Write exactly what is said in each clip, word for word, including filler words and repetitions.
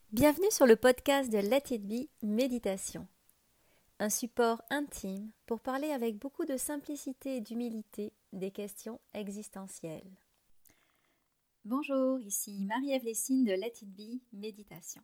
Bienvenue sur le podcast de Let It Be Méditation, un support intime pour parler avec beaucoup de simplicité et d'humilité des questions existentielles. Bonjour, ici Marie-Ève Lessine de Let It Be Méditation.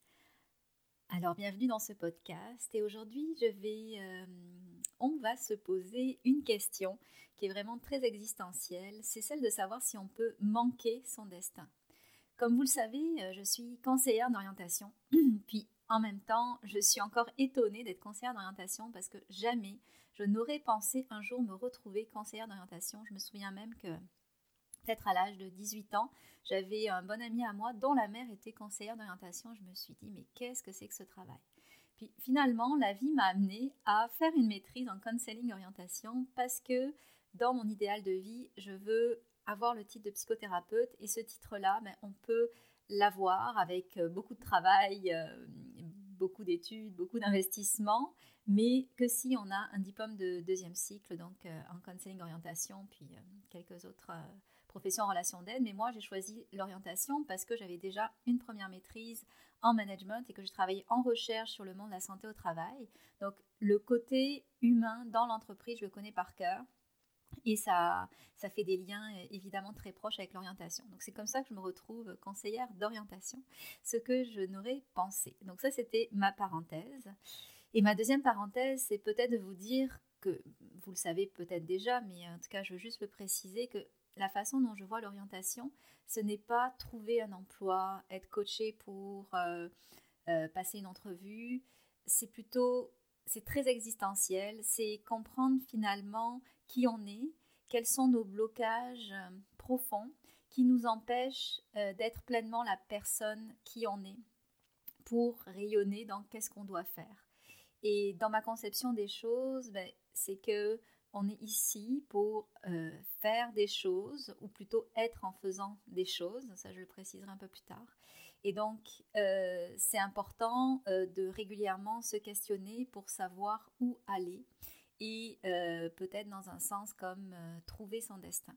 Alors bienvenue dans ce podcast et aujourd'hui je vais, euh, on va se poser une question qui est vraiment très existentielle, c'est celle de savoir si on peut manquer son destin. Comme vous le savez, je suis conseillère d'orientation, puis en même temps, je suis encore étonnée d'être conseillère d'orientation parce que jamais je n'aurais pensé un jour me retrouver conseillère d'orientation. Je me souviens même que, peut-être à l'âge de dix-huit ans, j'avais un bon ami à moi dont la mère était conseillère d'orientation. Je me suis dit, mais qu'est-ce que c'est que ce travail ? Puis finalement, la vie m'a amenée à faire une maîtrise en counseling orientation parce que dans mon idéal de vie, je veux avoir le titre de psychothérapeute et ce titre-là, ben, on peut l'avoir avec beaucoup de travail, euh, beaucoup d'études, beaucoup d'investissements, mais que si on a un diplôme de deuxième cycle, donc euh, en counseling orientation, puis euh, quelques autres euh, professions en relation d'aide. Mais moi, j'ai choisi l'orientation parce que j'avais déjà une première maîtrise en management et que je travaillais en recherche sur le monde de la santé au travail. Donc, le côté humain dans l'entreprise, je le connais par cœur. Et ça, ça fait des liens évidemment très proches avec l'orientation. Donc c'est comme ça que je me retrouve conseillère d'orientation, ce que je n'aurais pensé. Donc ça, c'était ma parenthèse. Et ma deuxième parenthèse, c'est peut-être de vous dire que, vous le savez peut-être déjà, mais en tout cas je veux juste le préciser, que la façon dont je vois l'orientation, ce n'est pas trouver un emploi, être coaché pour euh, euh, passer une entrevue, c'est plutôt, c'est très existentiel, c'est comprendre finalement qui on est, quels sont nos blocages euh, profonds qui nous empêchent euh, d'être pleinement la personne qui on est pour rayonner dans qu'est-ce qu'on doit faire. Et dans ma conception des choses, ben, c'est que on est ici pour euh, faire des choses, ou plutôt être en faisant des choses, ça je le préciserai un peu plus tard. Et donc, euh, c'est important euh, de régulièrement se questionner pour savoir où aller et euh, peut-être dans un sens comme euh, trouver son destin.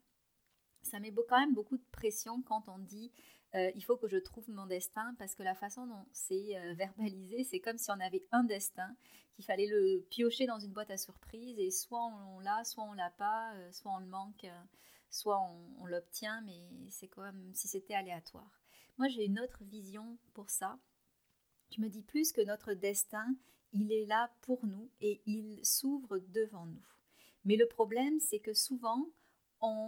Ça met quand même beaucoup de pression quand on dit euh, il faut que je trouve mon destin, parce que la façon dont c'est euh, verbalisé, c'est comme si on avait un destin, qu'il fallait le piocher dans une boîte à surprise et soit on l'a, soit on l'a pas, euh, soit on le manque, euh, soit on, on l'obtient, mais c'est comme si c'était aléatoire. Moi, j'ai une autre vision pour ça. Je me dis plus que notre destin, il est là pour nous et il s'ouvre devant nous. Mais le problème, c'est que souvent, on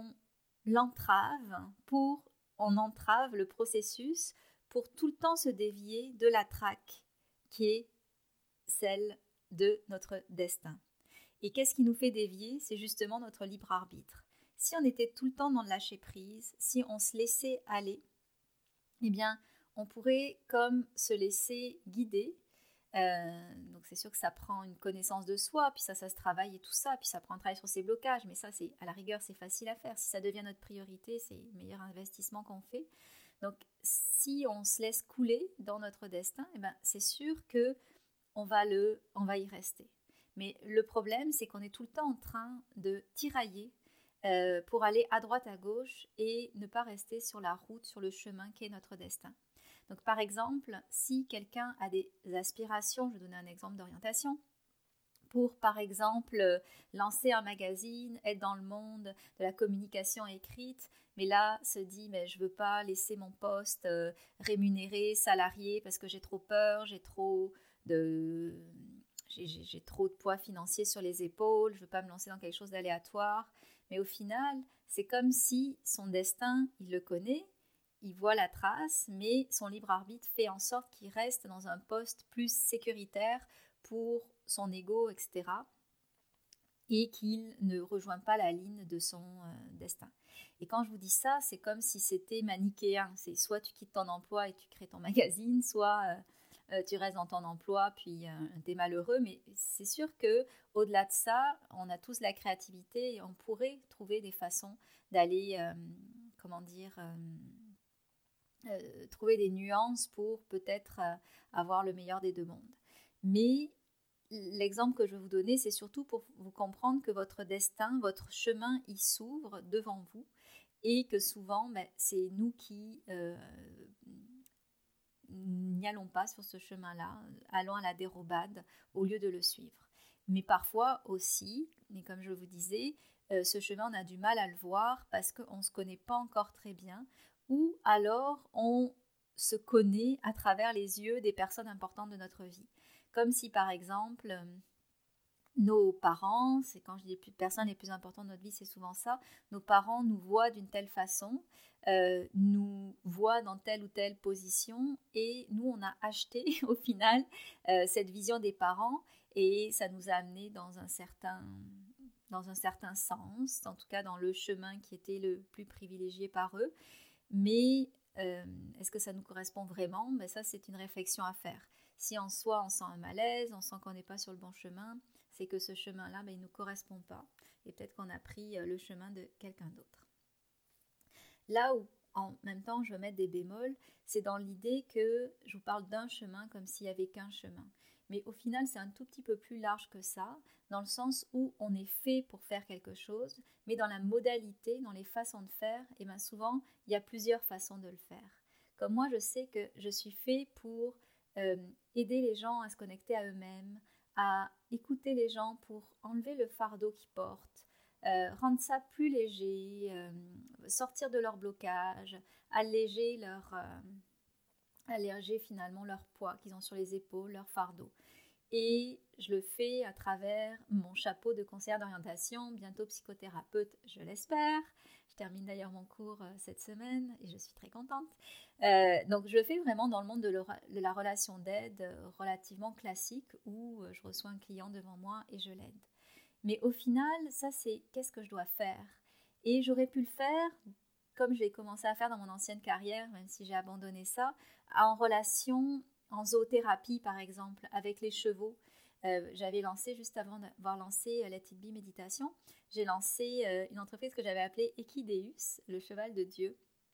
l'entrave pour, on entrave le processus pour tout le temps se dévier de la traque qui est celle de notre destin. Et qu'est-ce qui nous fait dévier ? C'est justement notre libre arbitre. Si on était tout le temps dans le lâcher prise, si on se laissait aller, eh bien, on pourrait comme se laisser guider. Euh, donc c'est sûr que ça prend une connaissance de soi, puis ça, ça se travaille et tout ça, puis ça prend un travail sur ses blocages, mais ça, c'est à la rigueur, c'est facile à faire. Si ça devient notre priorité, c'est le meilleur investissement qu'on fait. Donc, si on se laisse couler dans notre destin, eh ben, c'est sûr que on va, le, on va y rester. Mais le problème, c'est qu'on est tout le temps en train de tirailler euh, pour aller à droite, à gauche et ne pas rester sur la route, sur le chemin qui est notre destin. Donc, par exemple, si quelqu'un a des aspirations, je vais donner un exemple d'orientation, pour, par exemple, lancer un magazine, être dans le monde de la communication écrite, mais là, se dit, mais je ne veux pas laisser mon poste euh, rémunéré, salarié, parce que j'ai trop peur, j'ai trop de... J'ai, j'ai, j'ai trop de poids financier sur les épaules, je ne veux pas me lancer dans quelque chose d'aléatoire. Mais au final, c'est comme si son destin, il le connaît, il voit la trace, mais son libre arbitre fait en sorte qu'il reste dans un poste plus sécuritaire pour son ego, et cetera. Et qu'il ne rejoint pas la ligne de son euh, destin. Et quand je vous dis ça, c'est comme si c'était manichéen. C'est soit tu quittes ton emploi et tu crées ton magazine, soit euh, tu restes dans ton emploi puis euh, t'es malheureux. Mais c'est sûr qu'au-delà de ça, on a tous la créativité et on pourrait trouver des façons d'aller, euh, comment dire... Euh, Euh, trouver des nuances pour peut-être euh, avoir le meilleur des deux mondes. Mais l'exemple que je vais vous donner, c'est surtout pour vous comprendre que votre destin, votre chemin, il s'ouvre devant vous et que souvent, ben, c'est nous qui euh, n'y allons pas sur ce chemin-là, allons à la dérobade au lieu de le suivre. Mais parfois aussi, mais comme je vous disais, euh, ce chemin, on a du mal à le voir parce qu'on ne se connaît pas encore très bien, ou alors on se connaît à travers les yeux des personnes importantes de notre vie. Comme si par exemple, euh, nos parents, c'est quand je dis les personnes les plus importantes de notre vie, c'est souvent ça, nos parents nous voient d'une telle façon, euh, nous voient dans telle ou telle position, et nous on a acheté au final euh, cette vision des parents, et ça nous a amené dans un certain, dans un certain sens, en tout cas dans le chemin qui était le plus privilégié par eux. Mais euh, est-ce que ça nous correspond vraiment? Ben ça, c'est une réflexion à faire. Si en soi on sent un malaise, on sent qu'on n'est pas sur le bon chemin, c'est que ce chemin-là, ben, il ne nous correspond pas. Et peut-être qu'on a pris le chemin de quelqu'un d'autre. Là où, en même temps, je veux mettre des bémols, c'est dans l'idée que je vous parle d'un chemin comme s'il n'y avait qu'un chemin. Mais au final, c'est un tout petit peu plus large que ça, dans le sens où on est fait pour faire quelque chose, mais dans la modalité, dans les façons de faire, et bien souvent, il y a plusieurs façons de le faire. Comme moi, je sais que je suis fait pour euh, aider les gens à se connecter à eux-mêmes, à écouter les gens pour enlever le fardeau qu'ils portent, euh, rendre ça plus léger, euh, sortir de leur blocage, alléger leur, euh, alléger finalement leur poids qu'ils ont sur les épaules, leur fardeau. Et je le fais à travers mon chapeau de conseillère d'orientation, bientôt psychothérapeute, je l'espère. Je termine d'ailleurs mon cours euh, cette semaine et je suis très contente. Euh, donc je le fais vraiment dans le monde de, le, de la relation d'aide euh, relativement classique où euh, je reçois un client devant moi et je l'aide. Mais au final, ça c'est qu'est-ce que je dois faire? Et j'aurais pu le faire comme j'ai commencé à faire dans mon ancienne carrière, même si j'ai abandonné ça, en relation, en zoothérapie par exemple, avec les chevaux. Euh, j'avais lancé, juste avant d'avoir lancé euh, Let It Be Méditation, j'ai lancé euh, une entreprise que j'avais appelée Equideus, le cheval de Dieu.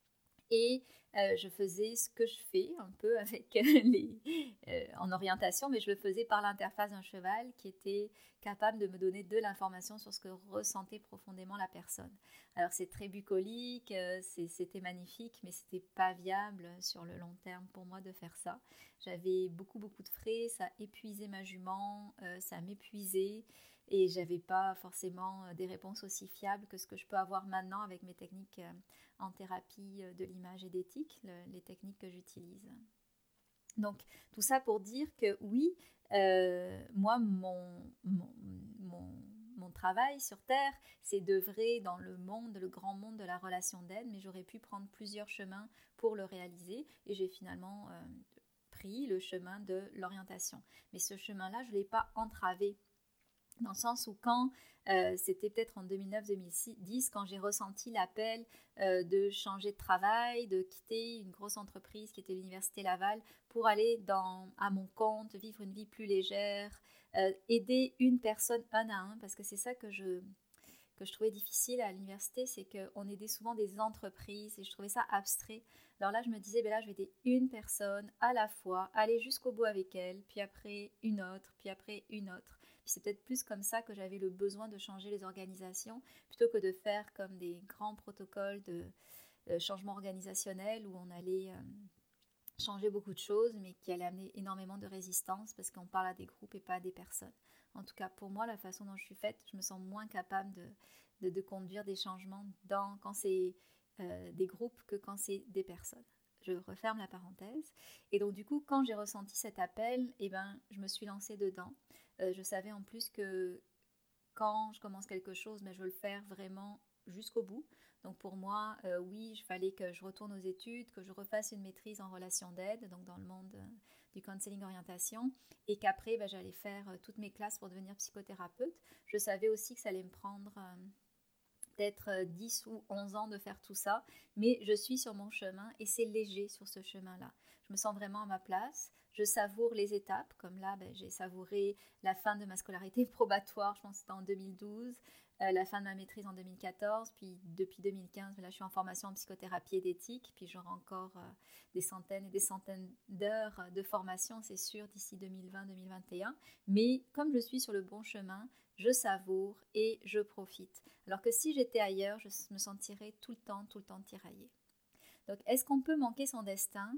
Et euh, je faisais ce que je fais un peu avec les, euh, en orientation, mais je le faisais par l'interface d'un cheval qui était capable de me donner de l'information sur ce que ressentait profondément la personne. Alors c'est très bucolique, euh, c'est, c'était magnifique, mais c'était pas viable sur le long terme pour moi de faire ça. J'avais beaucoup beaucoup de frais, ça épuisait ma jument, euh, ça m'épuisait. Et j'avais pas forcément des réponses aussi fiables que ce que je peux avoir maintenant avec mes techniques en thérapie de l'image et d'éthique, le, les techniques que j'utilise. Donc tout ça pour dire que oui, euh, moi mon, mon, mon, mon travail sur Terre, c'est d'œuvrer dans le monde, le grand monde de la relation d'aide, mais j'aurais pu prendre plusieurs chemins pour le réaliser et j'ai finalement euh, pris le chemin de l'orientation. Mais ce chemin-là, je ne l'ai pas entravé. Dans le sens où quand, euh, c'était peut-être en deux mille neuf deux mille dix, quand j'ai ressenti l'appel euh, de changer de travail, de quitter une grosse entreprise qui était l'Université Laval pour aller dans, à mon compte, vivre une vie plus légère, euh, aider une personne un à un, parce que c'est ça que je, que je trouvais difficile à l'université, c'est qu'on aidait souvent des entreprises et je trouvais ça abstrait. Alors là, je me disais, ben là, je vais aider une personne à la fois, aller jusqu'au bout avec elle, puis après une autre, puis après une autre. Puis c'est peut-être plus comme ça que j'avais le besoin de changer les organisations, plutôt que de faire comme des grands protocoles de euh, changement organisationnel où on allait euh, changer beaucoup de choses, mais qui allait amener énormément de résistance parce qu'on parle à des groupes et pas à des personnes. En tout cas, pour moi, la façon dont je suis faite, je me sens moins capable de, de, de conduire des changements dans, quand c'est euh, des groupes que quand c'est des personnes. Je referme la parenthèse. Et donc, du coup, quand j'ai ressenti cet appel, eh ben, je me suis lancée dedans. Euh, je savais en plus que quand je commence quelque chose, mais je veux le faire vraiment jusqu'au bout. Donc pour moi, euh, oui, il fallait que je retourne aux études, que je refasse une maîtrise en relation d'aide, donc dans le monde euh, du counseling orientation, et qu'après, ben, j'allais faire euh, toutes mes classes pour devenir psychothérapeute. Je savais aussi que ça allait me prendre euh, peut-être euh, dix ou onze ans de faire tout ça, mais je suis sur mon chemin et c'est léger sur ce chemin-là. Je me sens vraiment à ma place. Je savoure les étapes, comme là, ben, j'ai savouré la fin de ma scolarité probatoire, je pense que c'était en deux mille douze, euh, la fin de ma maîtrise en deux mille quatorze, puis depuis deux mille quinze, là, je suis en formation en psychothérapie et d'éthique, puis j'aurai encore euh, des centaines et des centaines d'heures de formation, c'est sûr, d'ici deux mille vingt deux mille vingt et un. Mais comme je suis sur le bon chemin, je savoure et je profite. Alors que si j'étais ailleurs, je me sentirais tout le temps, tout le temps tiraillée. Donc, est-ce qu'on peut manquer son destin?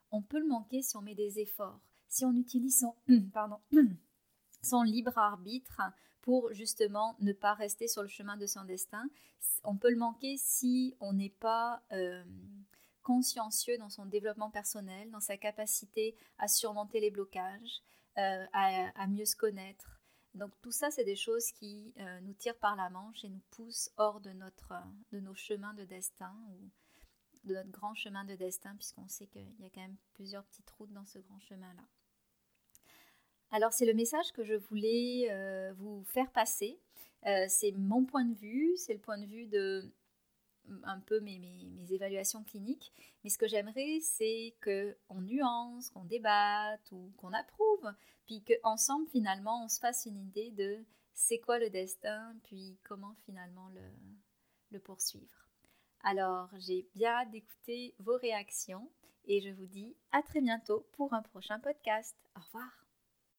on peut le manquer si on met des efforts, si on utilise son, pardon, son libre arbitre pour justement ne pas rester sur le chemin de son destin. On peut le manquer si on n'est pas euh, consciencieux dans son développement personnel, dans sa capacité à surmonter les blocages, euh, à, à mieux se connaître. Donc tout ça, c'est des choses qui euh, nous tirent par la manche et nous poussent hors de, notre, de nos chemins de destin ou de notre grand chemin de destin, puisqu'on sait qu'il y a quand même plusieurs petites routes dans ce grand chemin-là. Alors c'est le message que je voulais euh, vous faire passer. Euh, c'est mon point de vue, c'est le point de vue de un peu mes, mes, mes évaluations cliniques. Mais ce que j'aimerais, c'est qu'on nuance, qu'on débatte ou qu'on approuve, puis qu'ensemble, finalement, on se fasse une idée de c'est quoi le destin, puis comment finalement le, le poursuivre. Alors, j'ai bien hâte d'écouter vos réactions et je vous dis à très bientôt pour un prochain podcast. Au revoir.